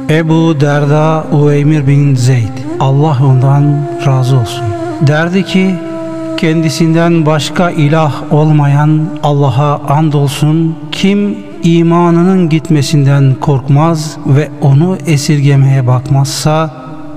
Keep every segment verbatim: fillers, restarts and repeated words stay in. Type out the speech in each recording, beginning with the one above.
Ebu Derda Uveymir bin Zeyd, Allah ondan razı olsun, derdi ki, kendisinden başka ilah olmayan Allah'a andolsun, kim imanının gitmesinden korkmaz ve onu esirgemeye bakmazsa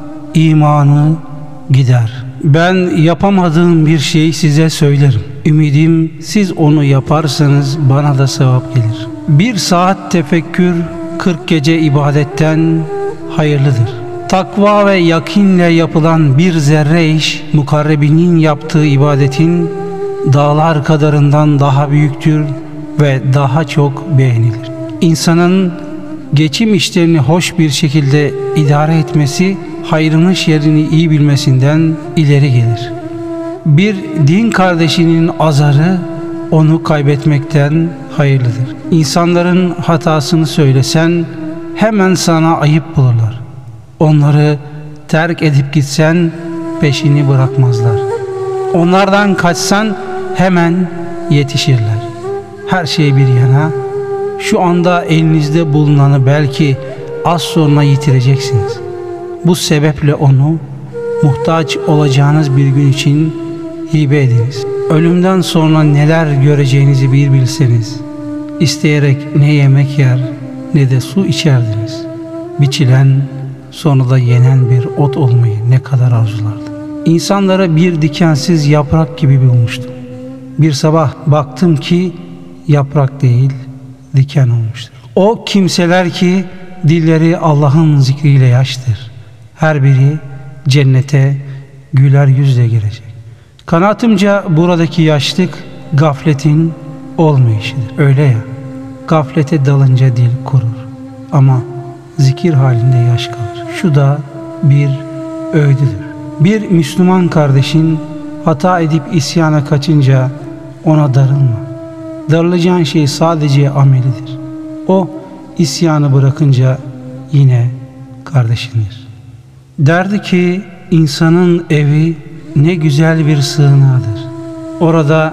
imanı gider. Ben yapamadığım bir şeyi size söylerim. Ümidim siz onu yaparsanız bana da sevap gelir. Bir saat tefekkür kırk gece ibadetten hayırlıdır. Takva ve yakinle yapılan bir zerre iş, mukarrebinin yaptığı ibadetin dağlar kadarından daha büyüktür ve daha çok beğenilir. İnsanın geçim işlerini hoş bir şekilde idare etmesi, hayrının şerrini iyi bilmesinden ileri gelir. Bir din kardeşinin azarı, onu kaybetmekten hayırlıdır. İnsanların hatasını söylesen, hemen sana ayıp bulurlar. Onları terk edip gitsen, peşini bırakmazlar. Onlardan kaçsan, hemen yetişirler. Her şey bir yana, şu anda elinizde bulunanı belki az sonra yitireceksiniz. Bu sebeple onu muhtaç olacağınız bir gün için hibe ediniz. Ölümden sonra neler göreceğinizi bir bilseniz, isteyerek ne yemek yer ne de su içerdiniz. Biçilen, sonra da yenen bir ot olmayı ne kadar arzulardı. İnsanlara bir dikensiz yaprak gibi bulmuştum. Bir sabah baktım ki yaprak değil, diken olmuştur. O kimseler ki dilleri Allah'ın zikriyle yaştır. Her biri cennete güler yüzle girecek. Kanaatimce buradaki yaşlık gafletin olmayışıdır. Öyle ya, gaflete dalınca dil kurur ama zikir halinde yaş kalır. Şu da bir öğüdüdür. Bir Müslüman kardeşin hata edip isyana kaçınca ona darılma. Darılacağın şey sadece amelidir. O isyanı bırakınca yine kardeşindir. Derdi ki insanın evi ne güzel bir sığınağıdır. Orada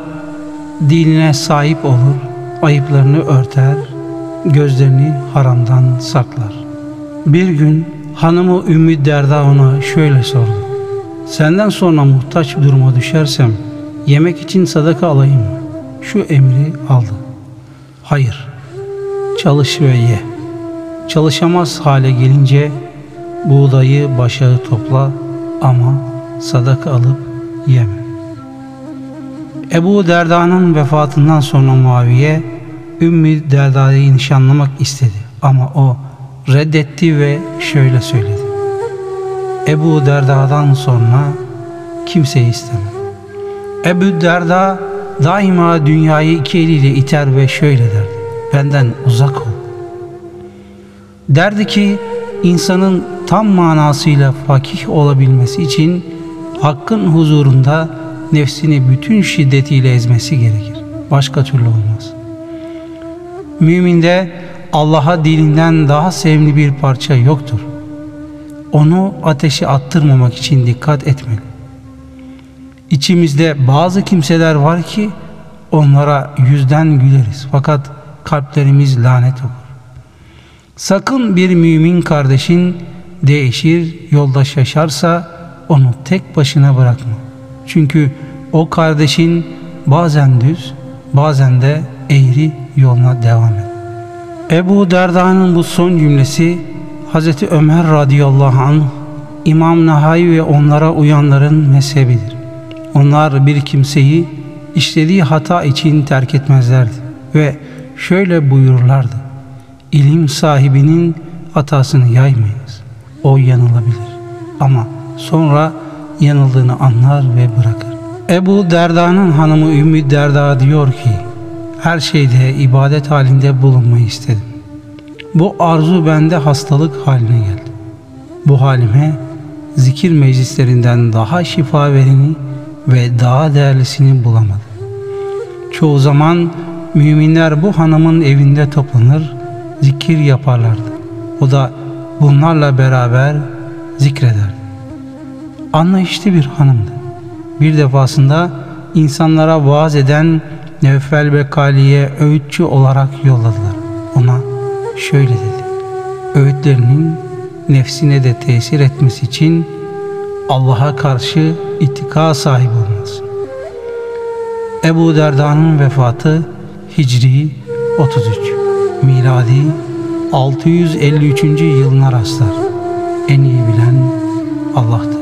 diline sahip olur, ayıplarını örter, gözlerini haramdan saklar. Bir gün hanımı Ümmü Derda ona şöyle sordu: senden sonra muhtaç duruma düşersem yemek için sadaka alayım mı? Şu emri aldı: hayır, çalış ve ye. Çalışamaz hale gelince buğdayı, başağı topla ama sadaka alıp yeme. Ebu Derda'nın vefatından sonra Muaviye Ümmü Derda'yı nişanlamak istedi ama o reddetti ve şöyle söyledi: Ebu Derda'dan sonra kimseyi istemem. Ebu Derda daima dünyayı iki eliyle iter ve şöyle derdi: benden uzak ol. Derdi ki insanın tam manasıyla fakih olabilmesi için Hakk'ın huzurunda nefsini bütün şiddetiyle ezmesi gerekir. Başka türlü olmaz. Müminde Allah'a dilinden daha sevimli bir parça yoktur. Onu ateşe attırmamak için dikkat etmeli. İçimizde bazı kimseler var ki onlara yüzden güleriz fakat kalplerimiz lanet okur. Sakın bir mümin kardeşin değişir, yolda şaşarsa onu tek başına bırakma. Çünkü o kardeşin bazen düz, bazen de eğri yoluna devam eder. Ebu Derda'nın bu son cümlesi Hazreti Ömer radıyallahu anh, İmam Nahai ve onlara uyanların mezhebidir. Onlar bir kimseyi işlediği hata için terk etmezlerdi ve şöyle buyururlardı: İlim sahibinin hatasını yaymayınız. O yanılabilir ama sonra yanıldığını anlar ve bırakır. Ebu Derda'nın hanımı Ümmü Derda diyor ki, her şeyde ibadet halinde bulunmayı istedim. Bu arzu bende hastalık haline geldi. Bu halime zikir meclislerinden daha şifa vereni ve daha değerlisini bulamadım. Çoğu zaman müminler bu hanımın evinde toplanır, zikir yaparlardı. O da bunlarla beraber zikrederdi. Anlayışlı bir hanımdı. Bir defasında insanlara vaaz eden Nevfel Bekali'ye öğütçü olarak yolladılar. Ona şöyle dedi: öğütlerinin nefsine de tesir etmesi için Allah'a karşı itika sahibi olmalısın. Ebu Derda'nın vefatı Hicri otuz üç, miladi altı yüz elli üçüncü yılına rastlar. En iyi bilen Allah'tır.